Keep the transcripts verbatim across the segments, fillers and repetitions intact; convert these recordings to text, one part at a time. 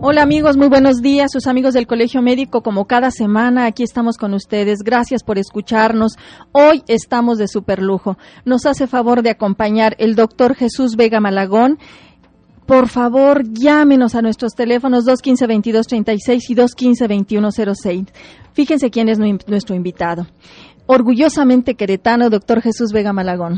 Hola amigos, muy buenos días, sus amigos del Colegio Médico, como cada semana aquí estamos con ustedes, gracias por escucharnos, hoy estamos de superlujo, nos hace favor de acompañar el doctor Jesús Vega Malagón. Por favor, llámenos a nuestros teléfonos dos uno cinco, veintidós treinta y seis y dos uno cinco, veintiuno cero seis. Fíjense quién es nuestro invitado. Orgullosamente queretano, doctor Jesús Vega Malagón.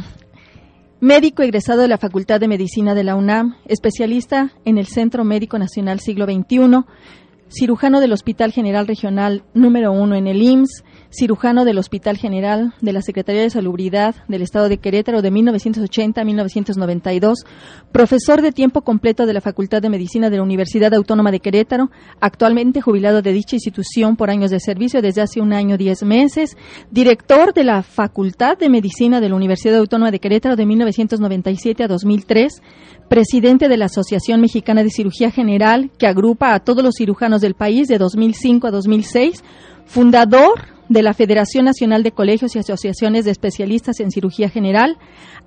Médico egresado de la Facultad de Medicina de la UNAM, especialista en el Centro Médico Nacional Siglo veintiuno, cirujano del Hospital General Regional número uno en el I M S S, cirujano del Hospital General de la Secretaría de Salubridad del Estado de Querétaro de mil novecientos ochenta a mil novecientos noventa y dos, profesor de tiempo completo de la Facultad de Medicina de la Universidad Autónoma de Querétaro, actualmente jubilado de dicha institución por años de servicio desde hace un año diez meses, director de la Facultad de Medicina de la Universidad Autónoma de Querétaro de mil novecientos noventa y siete a dos mil tres, presidente de la Asociación Mexicana de Cirugía General, que agrupa a todos los cirujanos del país de dos mil cinco a dos mil seis, fundador de la Federación Nacional de Colegios y Asociaciones de Especialistas en Cirugía General,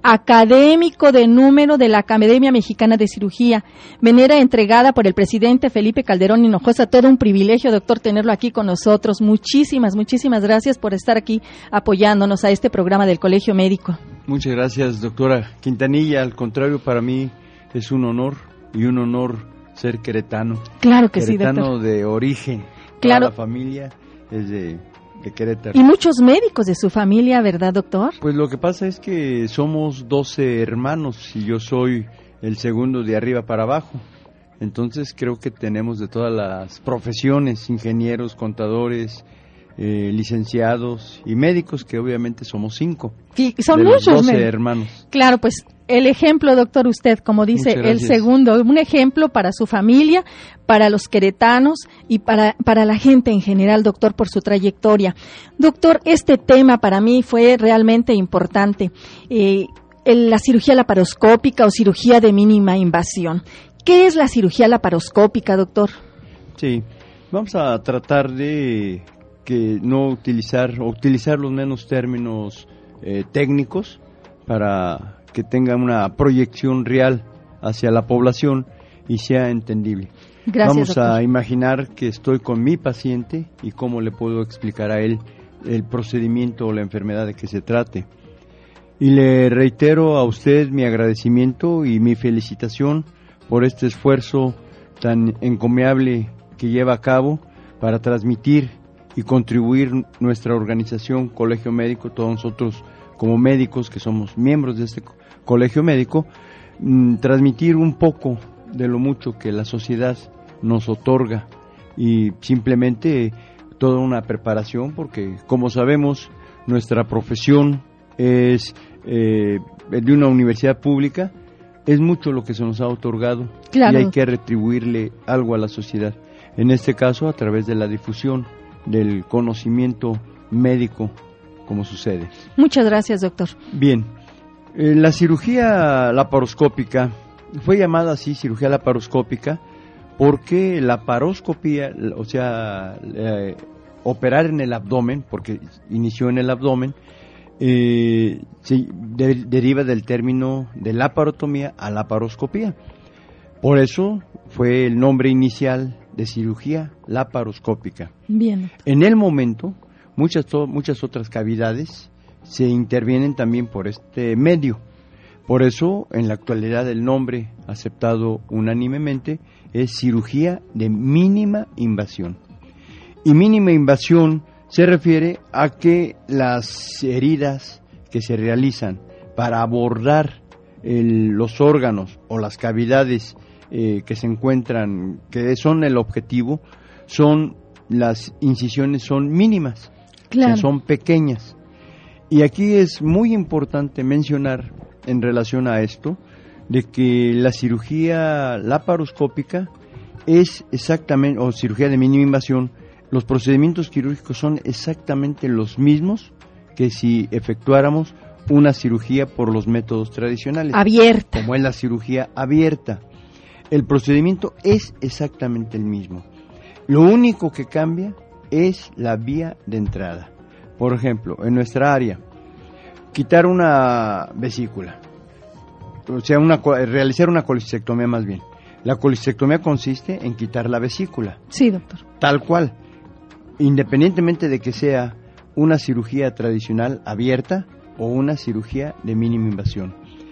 académico de número de la Academia Mexicana de Cirugía, venera entregada por el presidente Felipe Calderón Hinojosa. Todo un privilegio, doctor, tenerlo aquí con nosotros. Muchísimas, muchísimas gracias por estar aquí apoyándonos a este programa del Colegio Médico. Muchas gracias, doctora Quintanilla. Al contrario, para mí es un honor y un honor ser queretano. Claro que sí, doctor. Queretano de origen. Claro. Toda la familia es de... de Querétaro. Y muchos médicos de su familia, ¿verdad, doctor? Pues lo que pasa es que somos doce hermanos y yo soy el segundo de arriba para abajo. Entonces creo que tenemos de todas las profesiones, ingenieros, contadores, eh, licenciados y médicos, que obviamente somos cinco. Sí, son de muchos los doce médicos. hermanos. Claro, pues el ejemplo, doctor, usted, como dice, el segundo, un ejemplo para su familia, para los queretanos y para, para la gente en general, doctor, por su trayectoria. Doctor, este tema para mí fue realmente importante, eh, el, la cirugía laparoscópica o cirugía de mínima invasión. ¿Qué es la cirugía laparoscópica, doctor? Sí, vamos a tratar de que no utilizar, o utilizar los menos términos eh, técnicos para que tenga una proyección real hacia la población y sea entendible. Gracias, Vamos doctor. a imaginar que estoy con mi paciente y cómo le puedo explicar a él el procedimiento o la enfermedad de que se trate. Y le reitero a usted mi agradecimiento y mi felicitación por este esfuerzo tan encomiable que lleva a cabo para transmitir y contribuir nuestra organización Colegio Médico, todos nosotros como médicos que somos miembros de este colegio médico, mmm, transmitir un poco de lo mucho que la sociedad nos otorga y simplemente toda una preparación, porque como sabemos nuestra profesión es eh, de una universidad pública, es mucho lo que se nos ha otorgado. Claro. Y hay que retribuirle algo a la sociedad, en este caso a través de la difusión del conocimiento médico, como sucede. Muchas gracias, doctor. Bien, eh, la cirugía laparoscópica fue llamada así, cirugía laparoscópica, porque la laparoscopía, o sea, eh, operar en el abdomen, porque inició en el abdomen, eh, se de, deriva del término de laparotomía a laparoscopía. Por eso fue el nombre inicial de cirugía laparoscópica. Bien. En el momento, muchas, muchas otras cavidades se intervienen también por este medio. Por eso, en la actualidad, el nombre aceptado unánimemente es cirugía de mínima invasión. Y mínima invasión se refiere a que las heridas que se realizan para abordar el, los órganos o las cavidades eh, que se encuentran, que son el objetivo, son las incisiones son mínimas, claro. O sea, son pequeñas. Y aquí es muy importante mencionar en relación a esto, de que la cirugía laparoscópica es exactamente, o cirugía de mínima invasión, los procedimientos quirúrgicos son exactamente los mismos que si efectuáramos una cirugía por los métodos tradicionales. Abierta. Como es la cirugía abierta. El procedimiento es exactamente el mismo. Lo único que cambia es la vía de entrada. Por ejemplo, en nuestra área, quitar una vesícula, o sea, una, realizar una colecistectomía más bien. La colecistectomía consiste en quitar la vesícula. Sí, doctor. Tal cual, independientemente de que sea una cirugía tradicional abierta o una cirugía de mínima invasión.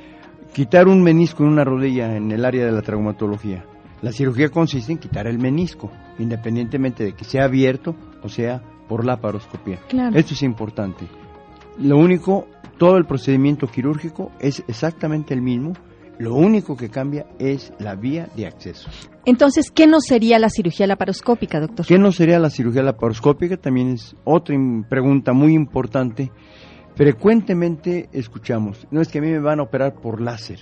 Quitar un menisco en una rodilla en el área de la traumatología. La cirugía consiste en quitar el menisco, independientemente de que sea abierto o sea por laparoscopía. Claro. Esto es importante. Lo único, todo el procedimiento quirúrgico es exactamente el mismo. Lo único que cambia es la vía de acceso. Entonces, ¿qué no sería la cirugía laparoscópica, doctor? ¿Qué no sería la cirugía laparoscópica? También es otra pregunta muy importante. Frecuentemente escuchamos, no es que a mí me van a operar por láser.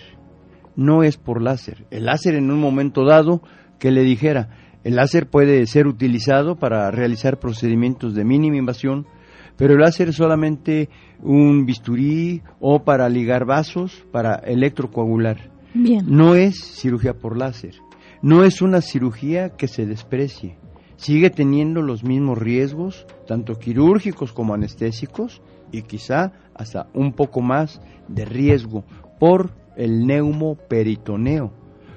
No es por láser. El láser en un momento dado, que le dijera, el láser puede ser utilizado para realizar procedimientos de mínima invasión, pero el láser es solamente un bisturí o para ligar vasos, para electrocoagular. Bien. No es cirugía por láser, no es una cirugía que se desprecie, sigue teniendo los mismos riesgos, tanto quirúrgicos como anestésicos, y quizá hasta un poco más de riesgo por el neumoperitoneo,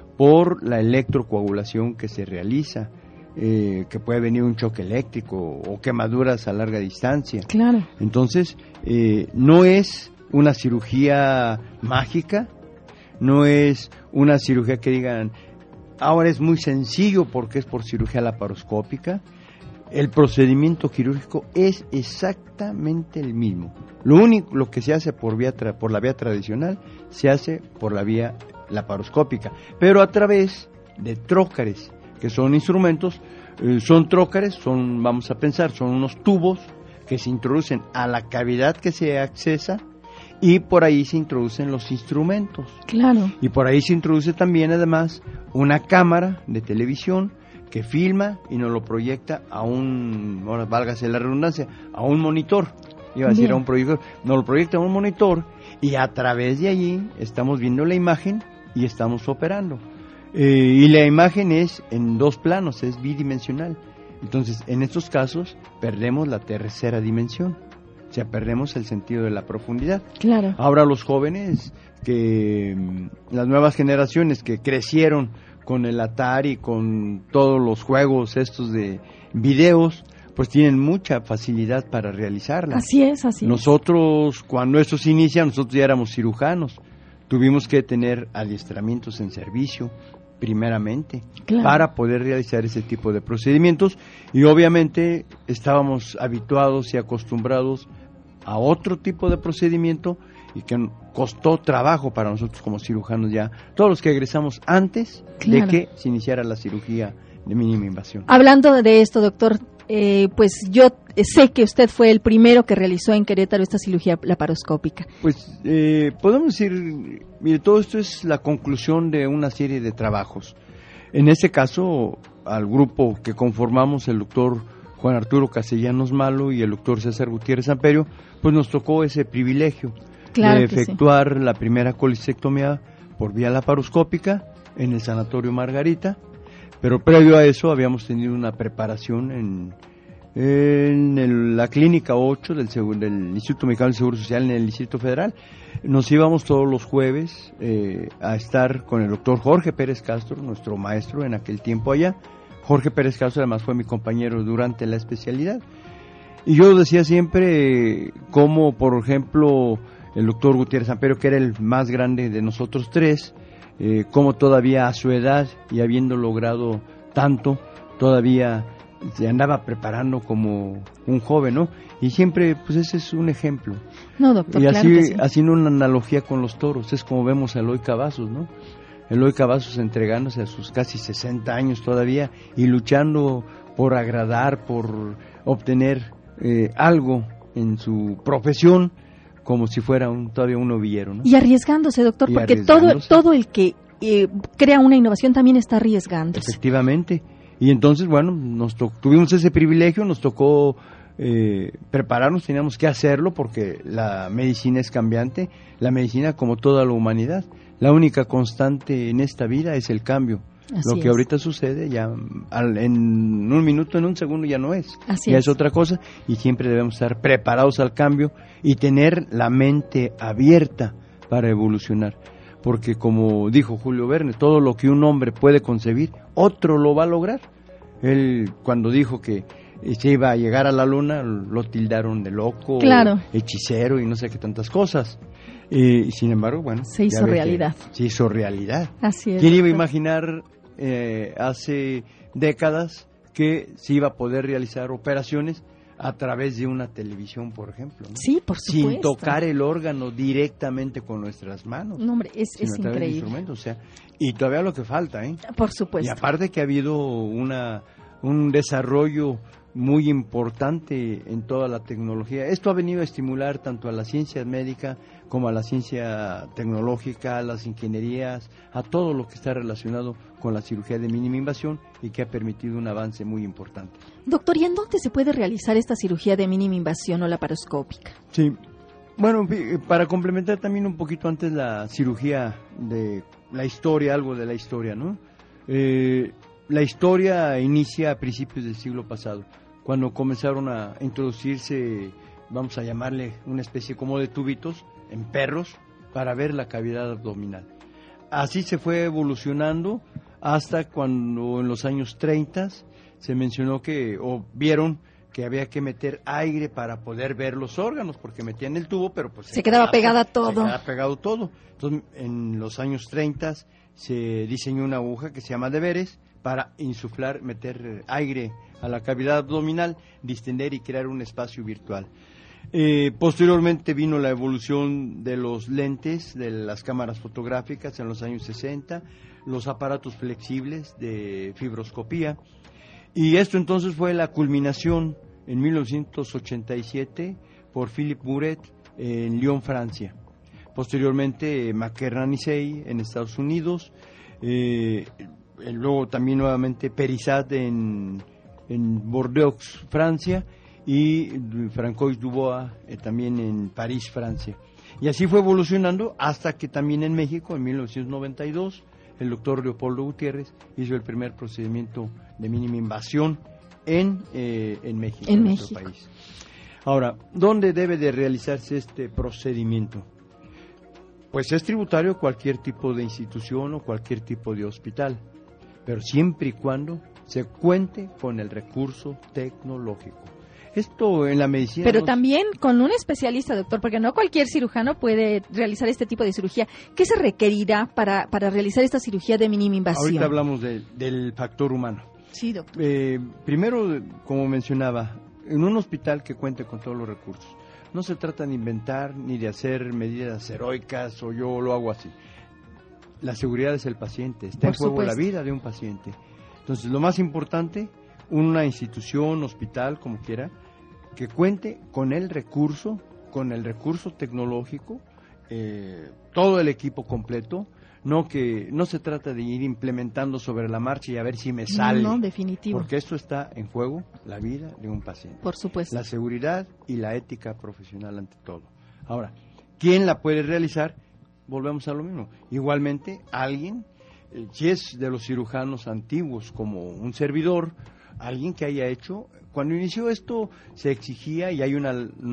por la electrocoagulación que se realiza, eh, que puede venir un choque eléctrico o quemaduras a larga distancia. Claro. Entonces, eh, no es una cirugía mágica, no es una cirugía que digan, ahora es muy sencillo porque es por cirugía laparoscópica. El procedimiento quirúrgico es exactamente el mismo. Lo único, lo que se hace por vía tra- por la vía tradicional, se hace por la vía laparoscópica, pero a través de trócares, que son instrumentos, eh, son trócares, son, vamos a pensar, son unos tubos que se introducen a la cavidad que se accesa y por ahí se introducen los instrumentos. Claro. Y por ahí se introduce también, además, una cámara de televisión que filma y nos lo proyecta a un, ahora válgase la redundancia, a un monitor, iba a decir Bien. a un proyector, nos lo proyecta a un monitor y a través de allí estamos viendo la imagen y estamos operando. Eh, y la imagen es en dos planos, es bidimensional. Entonces, en estos casos, perdemos la tercera dimensión, o sea, perdemos el sentido de la profundidad. Claro. Ahora los jóvenes, que las nuevas generaciones que crecieron con el Atari, con todos los juegos estos de videos, pues tienen mucha facilidad para realizarla. Así es, así es. Nosotros, cuando esto se inicia, nosotros ya éramos cirujanos. Tuvimos que tener adiestramientos en servicio, primeramente, Claro. para poder realizar ese tipo de procedimientos. Y obviamente estábamos habituados y acostumbrados a otro tipo de procedimiento y que costó trabajo para nosotros como cirujanos ya, todos los que egresamos antes Claro. de que se iniciara la cirugía de mínima invasión. Hablando de esto, doctor, eh, pues yo sé que usted fue el primero que realizó en Querétaro esta cirugía laparoscópica. Pues eh, podemos decir, mire, todo esto es la conclusión de una serie de trabajos. En este caso, al grupo que conformamos, el doctor Juan Arturo Castellanos Malo y el doctor César Gutiérrez Amperio, pues nos tocó ese privilegio Claro de que efectuar sí. la primera colecistectomía por vía laparoscópica en el Sanatorio Margarita, pero previo a eso habíamos tenido una preparación en, en el, la Clínica ocho del, del Instituto Mexicano del Seguro Social en el Distrito Federal. Nos íbamos todos los jueves eh, a estar con el doctor Jorge Pérez Castro, nuestro maestro en aquel tiempo allá. Jorge Pérez Castro además fue mi compañero durante la especialidad. Y yo decía siempre como, por ejemplo, el doctor Gutiérrez Amperio, que era el más grande de nosotros tres, eh, como todavía a su edad y habiendo logrado tanto, todavía se andaba preparando como un joven, ¿no? Y siempre, pues ese es un ejemplo. No, doctor, y claro así, que sí. haciendo una analogía con los toros, es como vemos a Eloy Cavazos, ¿no? Eloy Cavazos entregándose a sus casi sesenta años todavía y luchando por agradar, por obtener eh, algo en su profesión, como si fuera un, todavía un novillero, ¿no? Y arriesgándose, doctor, Y porque todo, arriesgándose. todo el que eh, crea una innovación también está arriesgándose. Efectivamente. Y entonces, bueno, nos to- tuvimos ese privilegio, nos tocó eh, prepararnos, teníamos que hacerlo porque la medicina es cambiante, la medicina como toda la humanidad. La única constante en esta vida es el cambio. Así Lo que es. ahorita sucede ya al, en un minuto, en un segundo ya no es. Así ya es. es otra cosa y siempre debemos estar preparados al cambio y tener la mente abierta para evolucionar. porque como dijo Julio Verne, todo lo que un hombre puede concebir, otro lo va a lograr. Él cuando dijo que se iba a llegar a la luna, lo tildaron de loco, claro, hechicero y no sé qué tantas cosas. Eh, y sin embargo, bueno, se hizo realidad. Se hizo realidad. Así es. ¿Quién iba a imaginar eh, hace décadas que se iba a poder realizar operaciones a través de una televisión, por ejemplo, ¿no? Sí, por supuesto. Sin tocar el órgano directamente con nuestras manos. No, hombre, es, es increíble. O sea, y todavía lo que falta, ¿eh? Por supuesto. Y aparte que ha habido una un desarrollo muy importante en toda la tecnología. Esto ha venido a estimular tanto a la ciencia médica como a la ciencia tecnológica, a las ingenierías, a todo lo que está relacionado con la cirugía de mínima invasión y que ha permitido un avance muy importante. Doctor, ¿y en dónde se puede realizar esta cirugía de mínima invasión o laparoscópica? Sí, bueno, para complementar también un poquito antes la cirugía de la historia, algo de la historia, ¿no? Eh, la historia inicia a principios del siglo pasado, cuando comenzaron a introducirse, vamos a llamarle una especie como de tubitos en perros para ver la cavidad abdominal. Así se fue evolucionando hasta cuando en los años treinta se mencionó que, o vieron que había que meter aire para poder ver los órganos, porque metían el tubo, pero pues... Se, se quedaba pegada todo. Se quedaba pegado todo. Entonces, en los años treinta se diseñó una aguja que se llama de Veres para insuflar, meter aire a la cavidad abdominal, distender y crear un espacio virtual. Eh, posteriormente vino la evolución de los lentes, de las cámaras fotográficas en los años sesenta, los aparatos flexibles de fibroscopía, y esto entonces fue la culminación en mil novecientos ochenta y siete por Philippe Muret en Lyon, Francia. Posteriormente McKernan-Issei en Estados Unidos, eh, luego también nuevamente Perisat en, en Bordeaux, Francia, y Francois Dubois eh, también en París, Francia. Y así fue evolucionando hasta que también en México, en mil novecientos noventa y dos, el doctor Leopoldo Gutiérrez hizo el primer procedimiento de mínima invasión en, eh, en México, en, en México. nuestro país. Ahora, ¿dónde debe de realizarse este procedimiento? Pues es tributario cualquier tipo de institución o cualquier tipo de hospital, pero siempre y cuando se cuente con el recurso tecnológico. Esto en la medicina... Pero no... también con un especialista, doctor, porque no cualquier cirujano puede realizar este tipo de cirugía. ¿Qué se requerirá para, para realizar esta cirugía de mínima invasión? Ahorita hablamos de, del factor humano. Sí, doctor. Eh, primero, como mencionaba, en un hospital que cuente con todos los recursos. No se trata de inventar ni de hacer medidas heroicas o yo lo hago así. La seguridad es el paciente, está Por en juego supuesto. la vida de un paciente. Entonces, lo más importante, una institución, hospital, como quiera, que cuente con el recurso, con el recurso tecnológico, eh, todo el equipo completo, no que no se trata de ir implementando sobre la marcha y a ver si me sale. No, definitivo. Porque esto está en juego la vida de un paciente. Por supuesto. La seguridad y la ética profesional ante todo. Ahora, ¿quién la puede realizar? Volvemos a lo mismo. Igualmente, alguien, eh, si es de los cirujanos antiguos como un servidor, alguien que haya hecho, cuando inició esto se exigía y hay una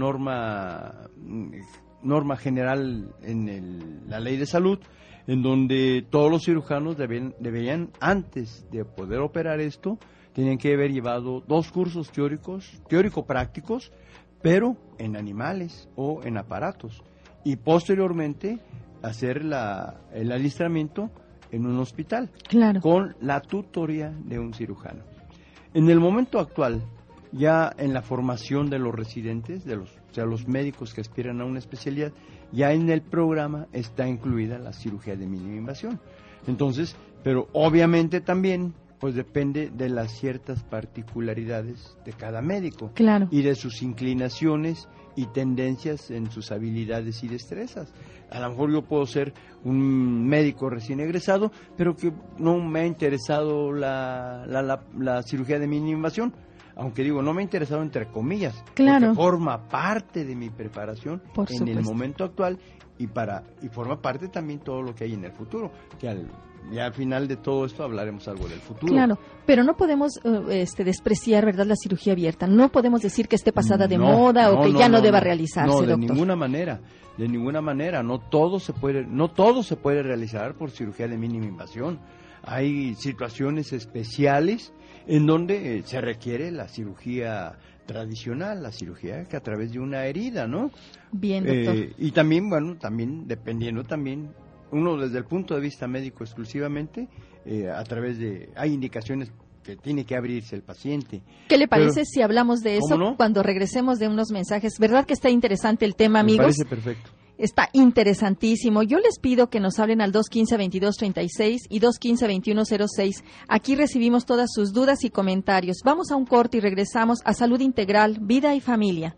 norma norma general en el, la ley de salud en donde todos los cirujanos deben, deberían, antes de poder operar esto, tenían que haber llevado dos cursos teóricos, teórico-prácticos, pero en animales o en aparatos, y posteriormente hacer la, el alistamiento en un hospital, claro, con la tutoría de un cirujano. En el momento actual, ya en la formación de los residentes, de los, o sea, los médicos que aspiran a una especialidad, ya en el programa está incluida la cirugía de mínima invasión. Entonces, pero obviamente también, pues depende de las ciertas particularidades de cada médico, claro, y de sus inclinaciones y tendencias en sus habilidades y destrezas. A lo mejor yo puedo ser un médico recién egresado, pero que no me ha interesado la, la, la, la cirugía de mínima invasión. Aunque digo, no me ha interesado entre comillas, claro, porque forma parte de mi preparación Por en supuesto. el momento actual y para y forma parte también todo lo que hay en el futuro, que al ya al final de todo esto hablaremos algo del futuro. Claro, pero no podemos uh, este, despreciar, ¿verdad?, la cirugía abierta. No podemos decir que esté pasada de no, moda no, o que no, ya no, no deba no, realizarse, no, de doctor. ninguna manera, de ninguna manera. No todo se puede, no todo se puede realizar por cirugía de mínima invasión. Hay situaciones especiales en donde eh, se requiere la cirugía tradicional, la cirugía que a través de una herida, ¿no? Bien, doctor. Eh, y también, bueno, también dependiendo también, uno desde el punto de vista médico exclusivamente, eh, a través de, hay indicaciones que tiene que abrirse el paciente. ¿Qué le parece Pero, si hablamos de eso no? cuando regresemos de unos mensajes? ¿Verdad que está interesante el tema, Me amigos? parece perfecto. Está interesantísimo. Yo les pido que nos hablen al dos uno cinco, veintidós treinta y seis y dos uno cinco, veintiuno cero seis. Aquí recibimos todas sus dudas y comentarios. Vamos a un corte y regresamos a Salud Integral, Vida y Familia.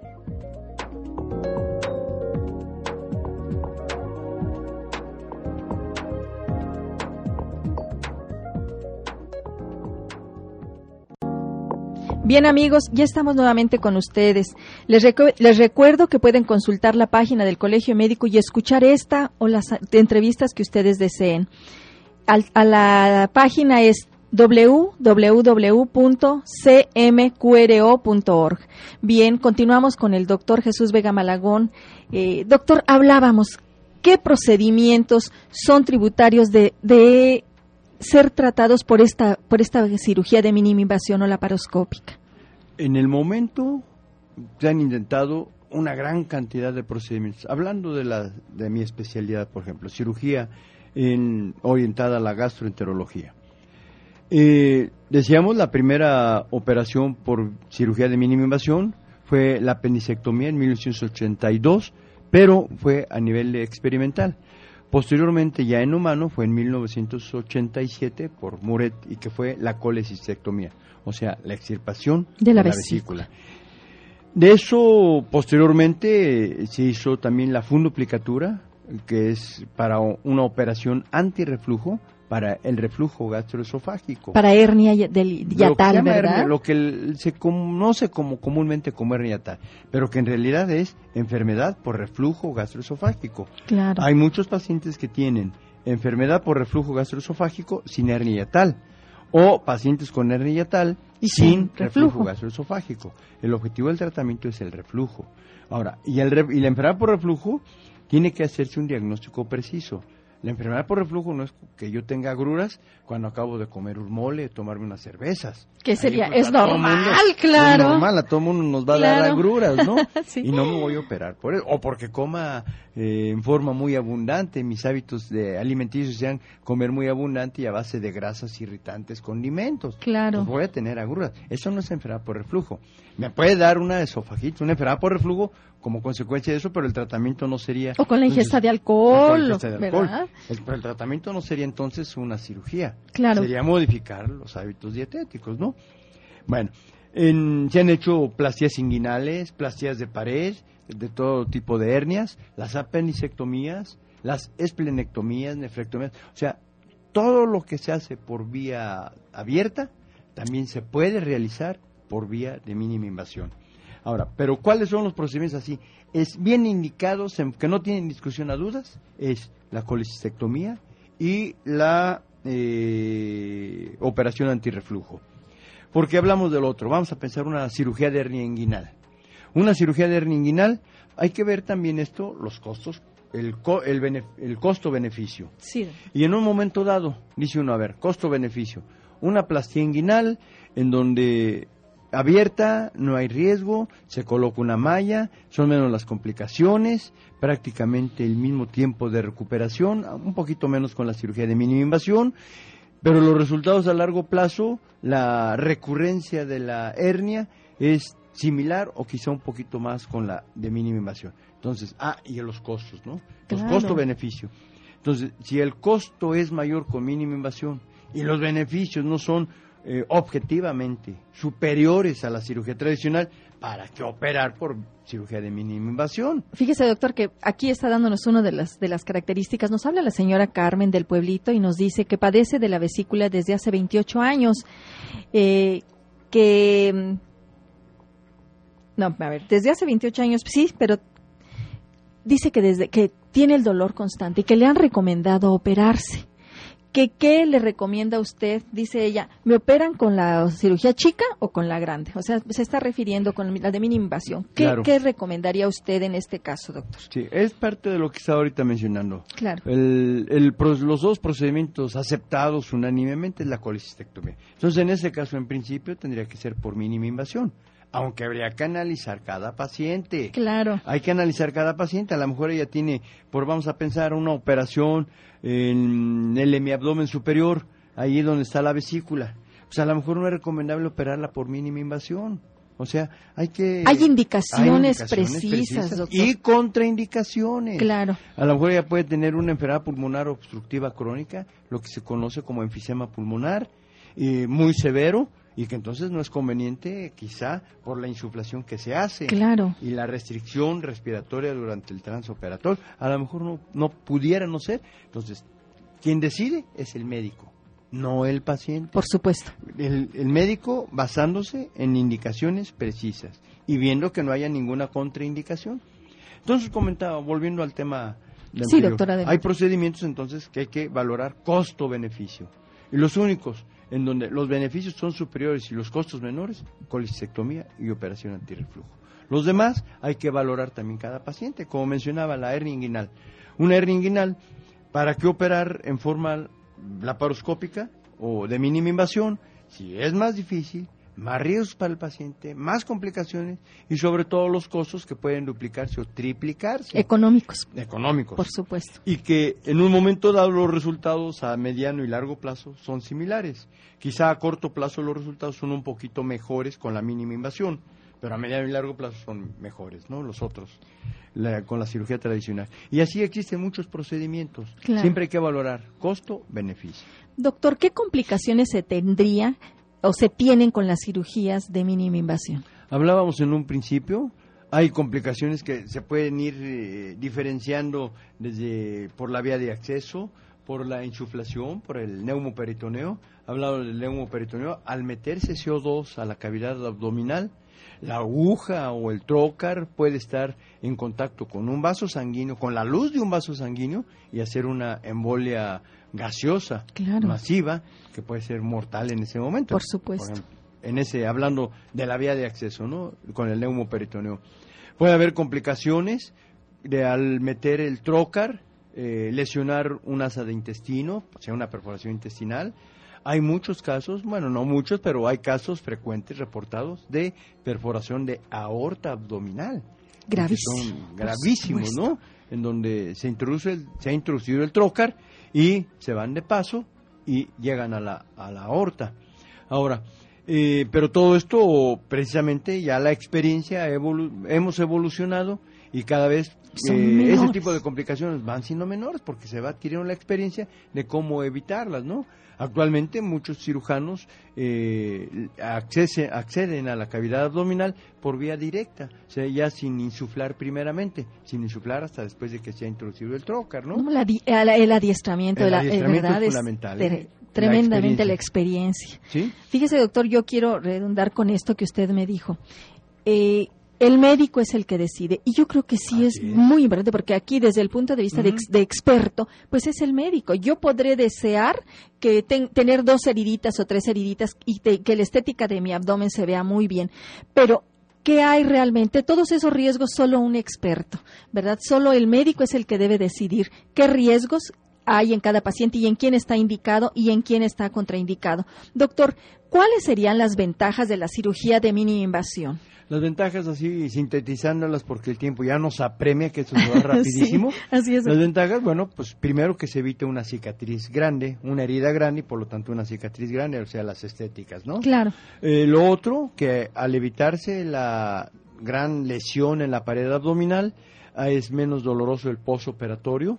Bien, amigos, ya estamos nuevamente con ustedes. Les, recu- les recuerdo que pueden consultar la página del Colegio Médico y escuchar esta o las entrevistas que ustedes deseen. Al, a la página es doble u doble u doble u punto c m q r o punto org. Bien, continuamos con el doctor Jesús Vega Malagón. Eh, doctor, hablábamos, ¿qué procedimientos son tributarios de, de ser tratados por esta por esta cirugía de mínima invasión o laparoscópica? En el momento se han intentado una gran cantidad de procedimientos. Hablando de la de mi especialidad, por ejemplo, cirugía en, orientada a la gastroenterología. Eh, decíamos, la primera operación por cirugía de mínima invasión fue la apendicectomía en mil novecientos ochenta y dos, pero fue a nivel experimental. Posteriormente, ya en humano, fue en mil novecientos ochenta y siete por Muret, y que fue la colecistectomía, o sea, la extirpación de la, de la vesícula. vesícula. De eso, posteriormente, se hizo también la funduplicatura, que es para una operación antirreflujo, para el reflujo gastroesofágico. Para hernia del yatal, ¿verdad? Hernia, lo que se conoce como comúnmente como hernia yatal, pero que en realidad es enfermedad por reflujo gastroesofágico. Claro. Hay muchos pacientes que tienen enfermedad por reflujo gastroesofágico sin hernia yatal, o pacientes con hernia yatal y sin, sin reflujo. reflujo gastroesofágico. El objetivo del tratamiento es el reflujo. Ahora, y, el, y la enfermedad por reflujo tiene que hacerse un diagnóstico preciso. La enfermedad por reflujo no es que yo tenga agruras cuando acabo de comer un mole, tomarme unas cervezas. ¿Qué sería? Ahí, pues, es normal, mundo, claro. Es normal, a todo mundo nos va claro. a dar agruras, ¿no? Sí. Y no me voy a operar por eso. O porque coma eh, en forma muy abundante. Mis hábitos de alimenticios sean comer muy abundante y a base de grasas irritantes, condimentos. Claro. Pues voy a tener agruras. Eso no es enfermedad por reflujo. Me puede dar una esofagitis, una enfermedad por reflujo como consecuencia de eso, pero el tratamiento no sería... O con la ingesta de alcohol, la ingesta de alcohol. ¿verdad? El, pero el tratamiento no sería entonces una cirugía. Claro. Sería modificar los hábitos dietéticos, ¿no? Bueno, en, se han hecho plastías inguinales, plastías de pared, de todo tipo de hernias, las apendicectomías, las esplenectomías, nefrectomías, o sea, todo lo que se hace por vía abierta también se puede realizar por vía de mínima invasión. Ahora, pero ¿cuáles son los procedimientos así? Es bien indicados, que no tienen discusión a dudas, es la colecistectomía y la eh, operación antirreflujo. ¿Por qué hablamos del otro? Vamos a pensar una cirugía de hernia inguinal. Una cirugía de hernia inguinal, hay que ver también esto, los costos, el, co, el, bene, el costo-beneficio. Sí. Y en un momento dado, dice uno, a ver, costo-beneficio. Una plastía inguinal en donde abierta, no hay riesgo, se coloca una malla, son menos las complicaciones, prácticamente el mismo tiempo de recuperación, un poquito menos con la cirugía de mínima invasión, pero los resultados a largo plazo, la recurrencia de la hernia es similar o quizá un poquito más con la de mínima invasión. Entonces, ah, y los costos, ¿no? Los claro. costo-beneficio. Entonces, si el costo es mayor con mínima invasión y los beneficios no son Eh, objetivamente superiores a la cirugía tradicional, ¿para qué operar por cirugía de mínima invasión? Fíjese, doctor, que aquí está dándonos una de las de las características. Nos habla la señora Carmen del pueblito y nos dice que padece de la vesícula desde hace veintiocho años, eh, que no, a ver, desde hace veintiocho años, sí, pero dice que desde que tiene el dolor constante y que le han recomendado operarse. ¿Qué, ¿Qué le recomienda a usted? Dice ella, ¿me operan con la cirugía chica o con la grande? O sea, se está refiriendo con la de mínima invasión. ¿Qué, Claro. ¿Qué recomendaría usted en este caso, doctor? Sí, es parte de lo que estaba ahorita mencionando. Claro. El, el, los dos procedimientos aceptados unánimemente es la colecistectomía. Entonces, en ese caso, en principio, tendría que ser por mínima invasión, aunque habría que analizar cada paciente. Claro. Hay que analizar cada paciente. A lo mejor ella tiene, por vamos a pensar, una operación en el hemiabdomen superior, ahí donde está la vesícula. Pues a lo mejor no es recomendable operarla por mínima invasión. O sea, hay que... Hay indicaciones, hay indicaciones precisas, precisas, doctor. y contraindicaciones. Claro. A lo mejor ella puede tener una enfermedad pulmonar obstructiva crónica, lo que se conoce como enfisema pulmonar, eh, muy severo, y que entonces no es conveniente, quizá, por la insuflación que se hace. Claro. Y la restricción respiratoria durante el transoperatorio, a lo mejor no, no pudiera no ser. Entonces, quien decide es el médico, no el paciente. Por supuesto. El, el médico basándose en indicaciones precisas y viendo que no haya ninguna contraindicación. Entonces, comentaba, volviendo al tema de Sí, anterior, doctora, adelante. hay procedimientos entonces que hay que valorar costo-beneficio. Y los únicos en donde los beneficios son superiores y los costos menores, colecistectomía y operación antirreflujo. Los demás hay que valorar también cada paciente, como mencionaba la hernia inguinal. Una hernia inguinal, ¿para qué operar en forma laparoscópica o de mínima invasión? Si es más difícil, más riesgos para el paciente, más complicaciones y sobre todo los costos que pueden duplicarse o triplicarse. Económicos. Económicos. Por supuesto. Y que en un momento dado los resultados a mediano y largo plazo son similares. Quizá a corto plazo los resultados son un poquito mejores con la mínima invasión, pero a mediano y largo plazo son mejores, ¿no? Los otros, la, con la cirugía tradicional. Y así existen muchos procedimientos. Claro. Siempre hay que valorar costo-beneficio. Doctor, ¿qué complicaciones se tendría o se tienen con las cirugías de mínima invasión? Hablábamos en un principio, hay complicaciones que se pueden ir eh, diferenciando desde por la vía de acceso, por la insuflación, por el neumoperitoneo. Hablado del neumoperitoneo, al meterse C O dos a la cavidad abdominal, la aguja o el trócar puede estar en contacto con un vaso sanguíneo, con la luz de un vaso sanguíneo y hacer una embolia gaseosa, Claro. masiva, que puede ser mortal en ese momento. Por supuesto. Por ejemplo, en ese, hablando de la vía de acceso, ¿no? Con el neumoperitoneo. Puede haber complicaciones de al meter el trócar, eh, lesionar un asa de intestino, o sea, una perforación intestinal. Hay muchos casos, bueno, no muchos, pero hay casos frecuentes reportados de perforación de aorta abdominal. Gravísimo. Que son gravísimos, ¿no? En donde se introduce el, se ha introducido el trócar y se van de paso y llegan a la, a la aorta. Ahora, eh, pero todo esto, precisamente, ya la experiencia, evolu- hemos evolucionado y cada vez eh, ese tipo de complicaciones van siendo menores porque se va adquiriendo la experiencia de cómo evitarlas, ¿no? Actualmente muchos cirujanos eh, accese, acceden a la cavidad abdominal por vía directa, o sea, ya sin insuflar primeramente, sin insuflar hasta después de que se ha introducido el trócar, ¿no? No, la di- el, el adiestramiento, El la, adiestramiento verdad, es es fundamental, tre- ¿eh? tremendamente La la experiencia. ¿Sí? Fíjese, doctor, yo quiero redundar con esto que usted me dijo. Eh, el médico es el que decide, y yo creo que sí es, Así es. muy importante, porque aquí desde el punto de vista de, Ujú. ex- de experto, pues es el médico. Yo podré desear que ten- tener dos heriditas o tres heriditas y te- que la estética de mi abdomen se vea muy bien, pero ¿qué hay realmente? Todos esos riesgos solo un experto, ¿verdad? Solo el médico es el que debe decidir qué riesgos hay en cada paciente y en quién está indicado y en quién está contraindicado. Doctor, ¿cuáles serían las ventajas de la cirugía de mínima invasión? Las ventajas, así sintetizándolas porque el tiempo ya nos apremia, que esto se va rapidísimo. Sí, así es. Las ventajas, bueno, pues primero que se evite una cicatriz grande, una herida grande y por lo tanto una cicatriz grande, o sea, las estéticas, ¿no? Claro. Eh, lo otro, que al evitarse la gran lesión en la pared abdominal, ah, es menos doloroso el postoperatorio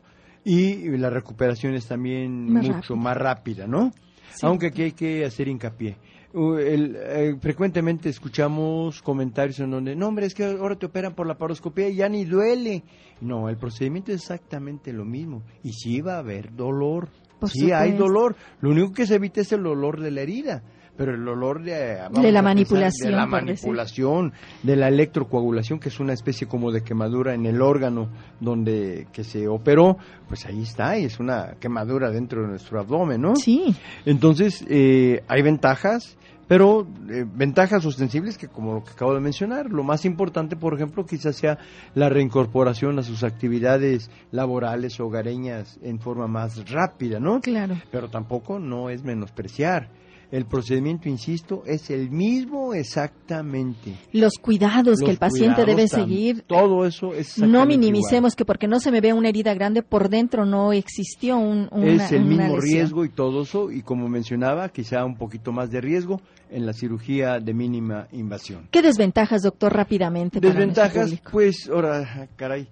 y la recuperación es también Más mucho rápida. más rápida, ¿no? Sí. Aunque aquí hay que hacer hincapié. Uh, el, eh, frecuentemente escuchamos comentarios en donde, no hombre, es que ahora te operan por la paroscopía y ya ni duele. No, el procedimiento es exactamente lo mismo y sí va a haber dolor. Por sí supuesto. hay dolor, lo único que se evita es el olor de la herida, pero el olor de, vamos de la a manipulación, pensar, de la por manipulación, de la electrocoagulación, que es una especie como de quemadura en el órgano donde que se operó, pues ahí está, y es una quemadura dentro de nuestro abdomen, ¿no? Sí. Entonces, eh, hay ventajas, pero eh, ventajas ostensibles que, como lo que acabo de mencionar, lo más importante, por ejemplo, quizás sea la reincorporación a sus actividades laborales, hogareñas, en forma más rápida, ¿no? Claro. Pero tampoco no es menospreciar. El procedimiento, insisto, es el mismo exactamente. Los cuidados Los que el paciente cuidados debe tam- seguir. Todo eso es No exactamente minimicemos igual. que porque no se me ve una herida grande, por dentro no existió un, una, Es el una mismo lesión. riesgo y todo eso, y como mencionaba, quizá un poquito más de riesgo en la cirugía de mínima invasión. ¿Qué desventajas, doctor, rápidamente para nuestro Desventajas, público? pues, ahora, caray,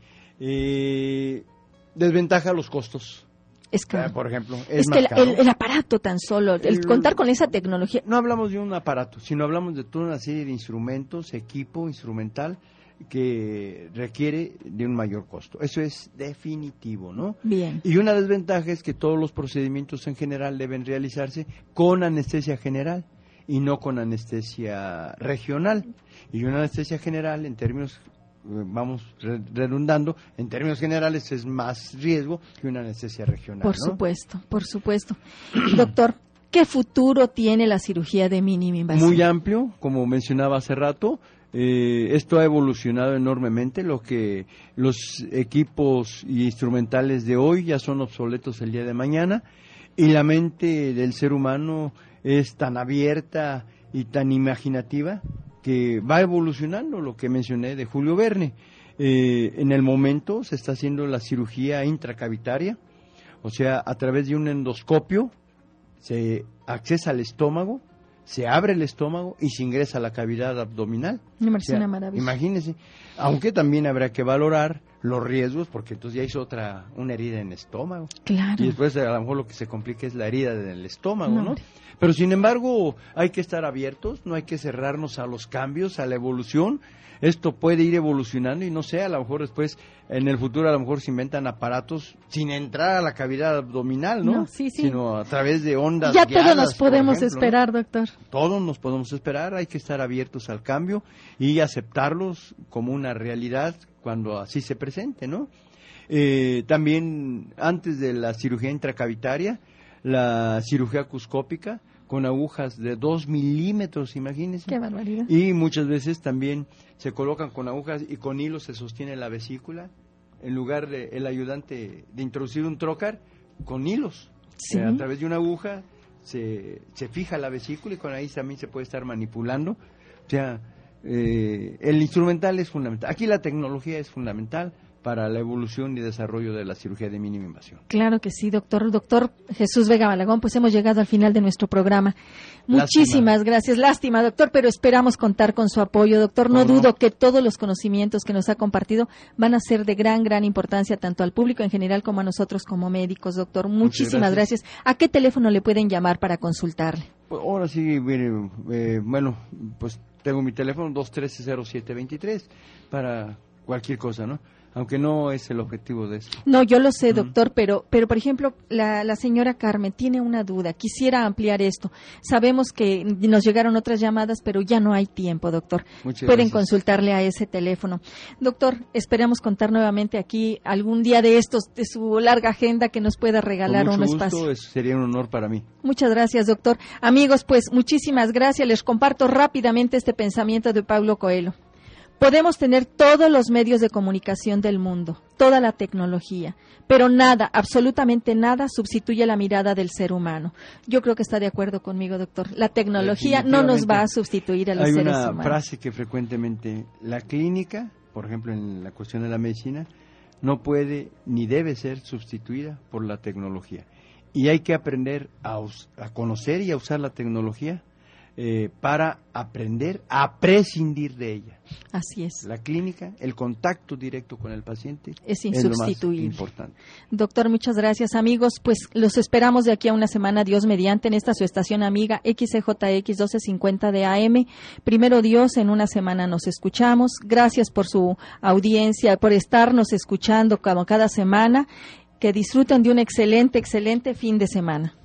eh, desventaja los costos. Es que, Ah, por ejemplo, es es, que más el, caro. el- el aparato tan solo, el, El- contar con esa tecnología. No hablamos de un aparato, sino hablamos de toda una serie de instrumentos, equipo instrumental que requiere de un mayor costo. Eso es definitivo, ¿no? Bien. Y una desventaja es que todos los procedimientos en general deben realizarse con anestesia general y no con anestesia regional. Y una anestesia general, en términos, eh, vamos re- redundando, en términos generales es más riesgo que una anestesia regional. Por ¿no? supuesto, por supuesto. Doctor, ¿qué futuro tiene la cirugía de mínima invasión? Muy amplio, como mencionaba hace rato. Eh, esto ha evolucionado enormemente, lo que los equipos y instrumentales de hoy ya son obsoletos el día de mañana, y la mente del ser humano es tan abierta y tan imaginativa que va evolucionando, lo que mencioné de Julio Verne. Eh, en el momento se está haciendo la cirugía intracavitaria, o sea, a través de un endoscopio se accesa al estómago, se abre el estómago y se ingresa a la cavidad abdominal. Me parece O sea, una maravilla. Imagínese, aunque también habrá que valorar los riesgos, porque entonces ya hizo otra, una herida en el estómago. Claro. Y después a lo mejor lo que se complica es la herida del estómago, No, ¿no? hombre. Pero sin embargo, hay que estar abiertos, no hay que cerrarnos a los cambios, a la evolución. Esto puede ir evolucionando y no sé, a lo mejor después, en el futuro, a lo mejor se inventan aparatos sin entrar a la cavidad abdominal, ¿no? No, sí, sí. Sino a través de ondas Ya guiadas, todos nos por podemos ejemplo, ¿no? esperar, doctor. Todos nos podemos esperar, hay que estar abiertos al cambio y aceptarlos como una realidad cuando así se presente, ¿no? Eh, también antes de la cirugía intracavitaria, la cirugía acuscópica con agujas de dos milímetros, imagínense. Qué barbaridad. Y muchas veces también se colocan con agujas y con hilos se sostiene la vesícula, en lugar de el ayudante de introducir un trocar, con hilos. Sí. Eh, a través de una aguja se, se fija la vesícula y con ahí también se puede estar manipulando. O sea, eh, el instrumental es fundamental. Aquí la tecnología es fundamental para la evolución y desarrollo de la cirugía de mínima invasión. Claro que sí, doctor. Doctor Jesús Vega Malagón, pues hemos llegado al final de nuestro programa. Muchísimas Lástima. gracias. Lástima, doctor, pero esperamos contar con su apoyo. Doctor, no ¿Cómo no? dudo que todos los conocimientos que nos ha compartido van a ser de gran, gran importancia tanto al público en general como a nosotros como médicos, doctor. Muchísimas gracias. gracias. ¿A qué teléfono le pueden llamar para consultarle? Pues ahora sí, mire, eh, bueno, pues tengo mi teléfono dos uno tres cero siete dos tres para cualquier cosa, ¿no? Aunque no es el objetivo de esto. No, yo lo sé, Mm. doctor, pero, pero por ejemplo, la, la señora Carmen tiene una duda. Quisiera ampliar esto. Sabemos que nos llegaron otras llamadas, pero ya no hay tiempo, doctor. Muchas Pueden gracias. consultarle a ese teléfono. Doctor, esperamos contar nuevamente aquí algún día de estos, de su larga agenda, que nos pueda regalar Con un mucho espacio. gusto, eso sería un honor para mí. Muchas gracias, doctor. Amigos, pues muchísimas gracias. Les comparto rápidamente este pensamiento de Paulo Coelho. Podemos tener todos los medios de comunicación del mundo, toda la tecnología, pero nada, absolutamente nada, sustituye la mirada del ser humano. Yo creo que está de acuerdo conmigo, doctor. La tecnología no nos va a sustituir a los Hay seres una humanos. frase que frecuentemente la clínica, por ejemplo en la cuestión de la medicina, no puede ni debe ser sustituida por la tecnología. Y hay que aprender a, us- a conocer y a usar la tecnología eh, para aprender a prescindir de ella. Así es. La clínica, el contacto directo con el paciente Es lo más insubstituible. importante. Doctor, muchas gracias, amigos. Pues los esperamos de aquí a una semana, Dios mediante, en esta su estación amiga X C J X doce cincuenta de A M. Primero Dios, en una semana nos escuchamos. Gracias por su audiencia, por estarnos escuchando como cada semana. que disfruten de un excelente, excelente fin de semana.